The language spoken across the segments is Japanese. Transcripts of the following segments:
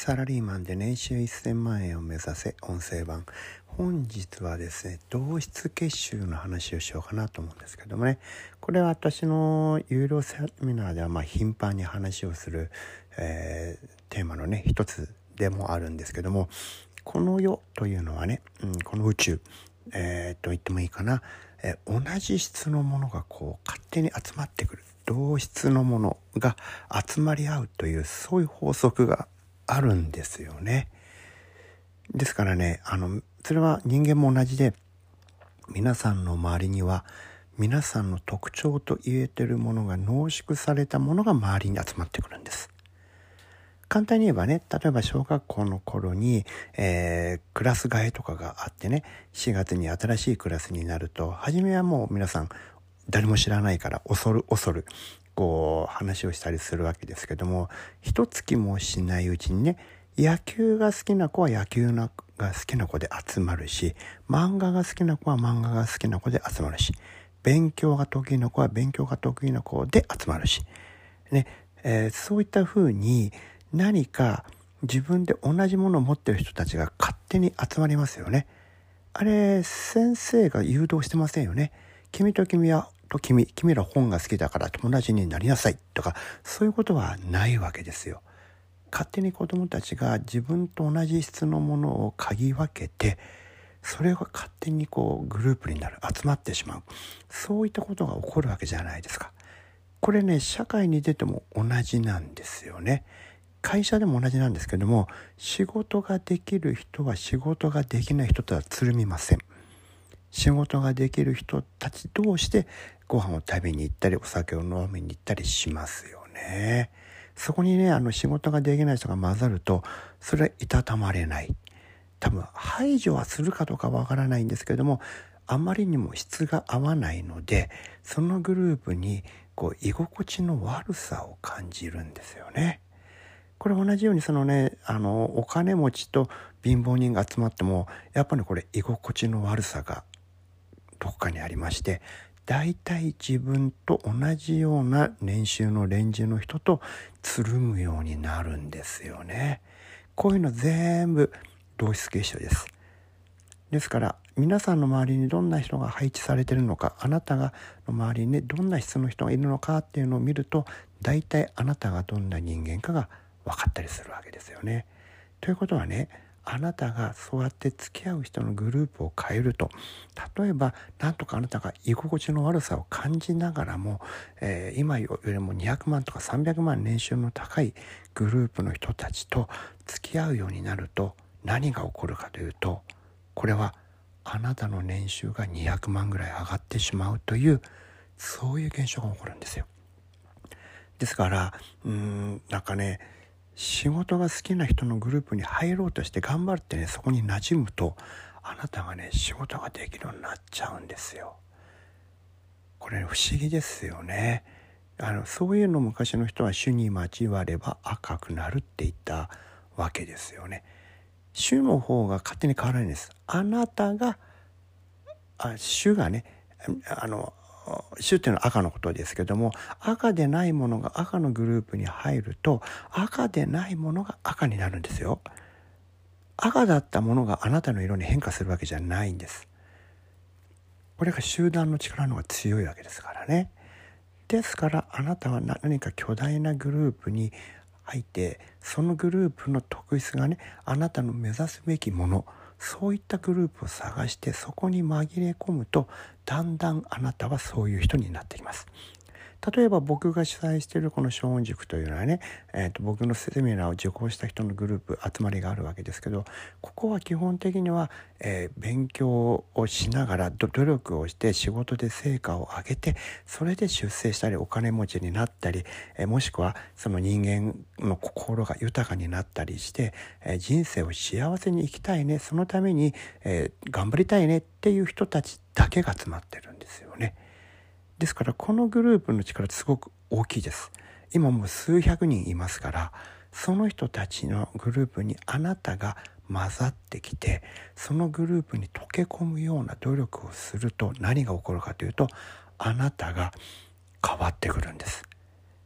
サラリーマンで年収1000万円を目指せ音声版。本日はですね、同質結集の話をしようかなと思うんですけどもね、これは私の有料セミナーでは頻繁に話をする、テーマのね一つでもあるんですけども、この世というのはね、この宇宙、と言ってもいいかな、同じ質のものが勝手に集まってくる、同質のものが集まり合うという、そういう法則があるんですよね。ですからね、それは人間も同じで、皆さんの周りには皆さんの特徴と言えているものが濃縮されたものが周りに集まってくるんです。簡単に言えばね、例えば小学校の頃に、クラス替えとかがあってね、4月に新しいクラスになると、初めはもう皆さん誰も知らないから恐る話をしたりするわけですけども、一月もしないうちにね、野球が好きな子は野球が好きな子で集まるし、漫画が好きな子は漫画が好きな子で集まるし、勉強が得意な子は勉強が得意な子で集まるし、ね、そういった風に何か自分で同じものを持っている人たちが勝手に集まりますよね。あれ、先生が誘導してませんよね。君と君ら本が好きだから友達になりなさいとか、そういうことはないわけですよ。勝手に子供たちが自分と同じ質のものを嗅ぎ分けて、それが勝手にグループになる、集まってしまう、そういったことが起こるわけじゃないですか。これね、社会に出ても同じなんですよね。会社でも同じなんですけども、仕事ができる人は仕事ができない人とはつるみません。仕事ができる人たち同士でご飯を食べに行ったり、お酒を飲みに行ったりしますよね。そこにね、仕事ができない人が混ざると、それはいたたまれない。多分排除はするかどうかわからないんですけども、あまりにも質が合わないので、そのグループに居心地の悪さを感じるんですよね。これ同じようにお金持ちと貧乏人が集まっても、やっぱりこれ居心地の悪さがどこかにありまして、だいたい自分と同じような年収のレンジの人とつるむようになるんですよね。こういうの全部同質結晶です。ですから皆さんの周りにどんな人が配置されているのか、あなたがの周りにね、どんな質の人がいるのかっていうのを見ると、だいたいあなたがどんな人間かが分かったりするわけですよね。ということはね、あなたがそうやって付き合う人のグループを変えると、例えばなんとかあなたが居心地の悪さを感じながらも、今よりも200万とか300万年収の高いグループの人たちと付き合うようになると、何が起こるかというと、これはあなたの年収が200万ぐらい上がってしまうという、そういう現象が起こるんですよ。ですからなんかね、仕事が好きな人のグループに入ろうとして頑張ってね、そこに馴染むと、あなたがね、仕事ができるようになっちゃうんですよ。これ不思議ですよね。そういうの昔の人は主に交われば赤くなるって言ったわけですよね。主の方が勝手に変わらないんです。あなたが主がね、主っていうのは赤のことですけども、赤でないものが赤のグループに入ると、赤でないものが赤になるんですよ。赤だったものがあなたの色に変化するわけじゃないんです。これが集団の力の方が強いわけですからね。ですからあなたは何か巨大なグループに入って、そのグループの特質がね、あなたの目指すべきもの、そういったグループを探して、そこに紛れ込むと、だんだんあなたはそういう人になってきます。例えば僕が主催しているこの小音塾というのはね、僕のセミナーを受講した人のグループ、集まりがあるわけですけど、ここは基本的には、勉強をしながら努力をして仕事で成果を上げて、それで出世したりお金持ちになったり、もしくはその人間の心が豊かになったりして、人生を幸せに生きたいね、そのために、頑張りたいねっていう人たちだけが集まってるんですよね。ですからこのグループの力ってすごく大きいです。今もう数百人いますから、その人たちのグループにあなたが混ざってきて、そのグループに溶け込むような努力をすると、何が起こるかというと、あなたが変わってくるんです。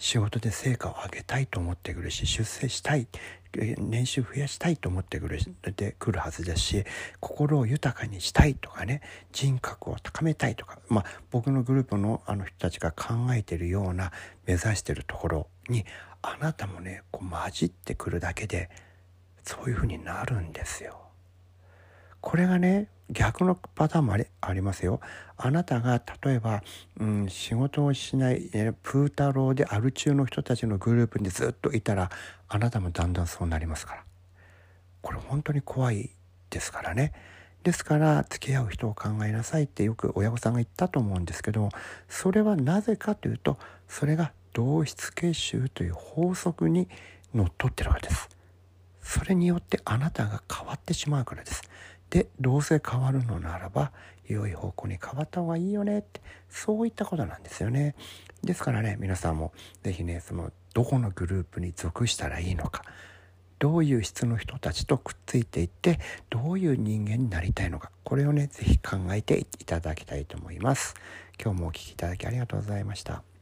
仕事で成果を上げたいと思ってくるし、出世したい、年収増やしたいと思ってくるはずですし、心を豊かにしたいとかね、人格を高めたいとか、僕のグループの人たちが考えているような目指しているところにあなたもね混じってくるだけでそういうふうになるんですよ。これがね逆のパターンもありますよ。あなたが例えば、仕事をしないプータローでアル中の人たちのグループにずっといたらあなたもだんだんそうなりますから、これ本当に怖いですからね。ですから付き合う人を考えなさいってよく親御さんが言ったと思うんですけど、それはなぜかというと、それが同質結集という法則にのっとってるわけです。それによってあなたが変わってしまうからです。で、どうせ変わるのならば良い方向に変わった方がいいよねって、そういったことなんですよね。ですからね、皆さんもぜひね、どこのグループに属したらいいのか、どういう質の人たちとくっついていってどういう人間になりたいのか、これをねぜひ考えていただきたいと思います。今日もお聞きいただきありがとうございました。